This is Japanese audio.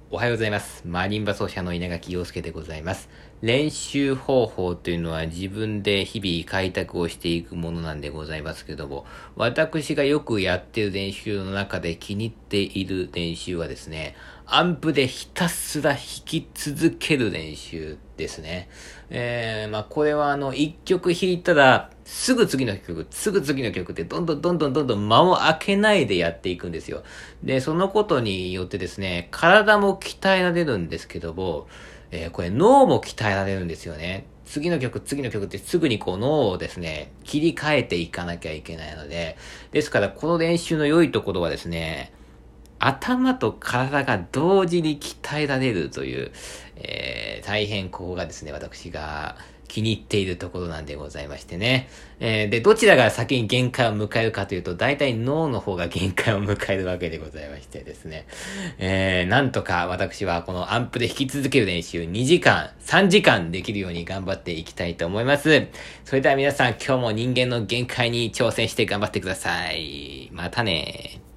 おはようございます。マリンバ奏者の稲垣陽介でございます。練習方法というのは自分で日々開拓をしていくものなんでございますけども、私がよくやっている練習の中で気に入っている練習はですね、アンプでひたすら弾き続ける練習ですね。これは一曲弾いたら、すぐ次の曲ってどんどん間を空けないでやっていくんですよ。で、そのことによってですね、体も鍛えられるんですけども、これ脳も鍛えられるんですよね。次の曲ってすぐにこう脳をですね、切り替えていかなきゃいけないので、ですからこの練習の良いところはですね、頭と体が同時に鍛えられるという、大変ここがですね、私が気に入っているところなんでございましてね。で、どちらが先に限界を迎えるかというと、大体脳の方が限界を迎えるわけでございましてですね。なんとか私はこのアンプで弾き続ける練習2時間、3時間できるように頑張っていきたいと思います。それでは皆さん今日も人間の限界に挑戦して頑張ってください。またね。